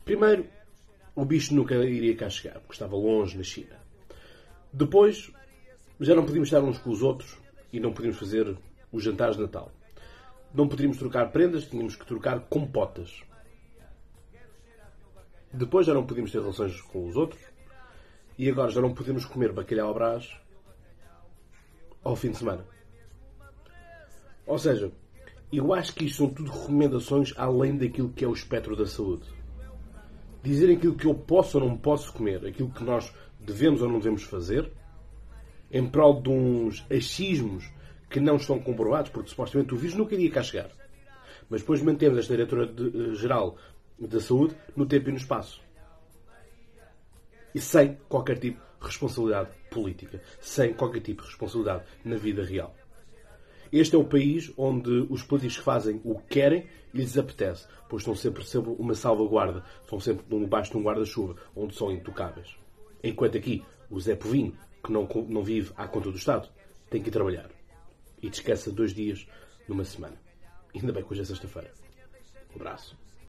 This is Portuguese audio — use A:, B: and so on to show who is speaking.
A: Primeiro, o bicho nunca iria cá chegar, porque estava longe na China. Depois, já não podíamos estar uns com os outros e não podíamos fazer os jantares de Natal. Não podíamos trocar prendas, tínhamos que trocar compotas. Depois já não podíamos ter relações com os outros e agora já não podíamos comer bacalhau à Brás ao fim de semana. Ou seja, eu acho que isto são tudo recomendações além daquilo que é o espectro da saúde. Dizer aquilo que eu posso ou não posso comer, aquilo que nós devemos ou não devemos fazer, em prol de uns achismos que não estão comprovados, porque supostamente o vírus nunca iria cá chegar. Mas depois mantemos esta diretora-geral da saúde no tempo e no espaço. E sem qualquer tipo de responsabilidade política. Sem qualquer tipo de responsabilidade na vida real. Este é o país onde os políticos fazem o que querem e lhes apetece, pois estão sempre uma salvaguarda, estão sempre debaixo de um guarda-chuva, onde são intocáveis. Enquanto aqui, o Zé Povinho, que não vive à conta do Estado, tem que ir trabalhar. E descansa 2 dias numa semana. Ainda bem que hoje é sexta-feira. Um abraço.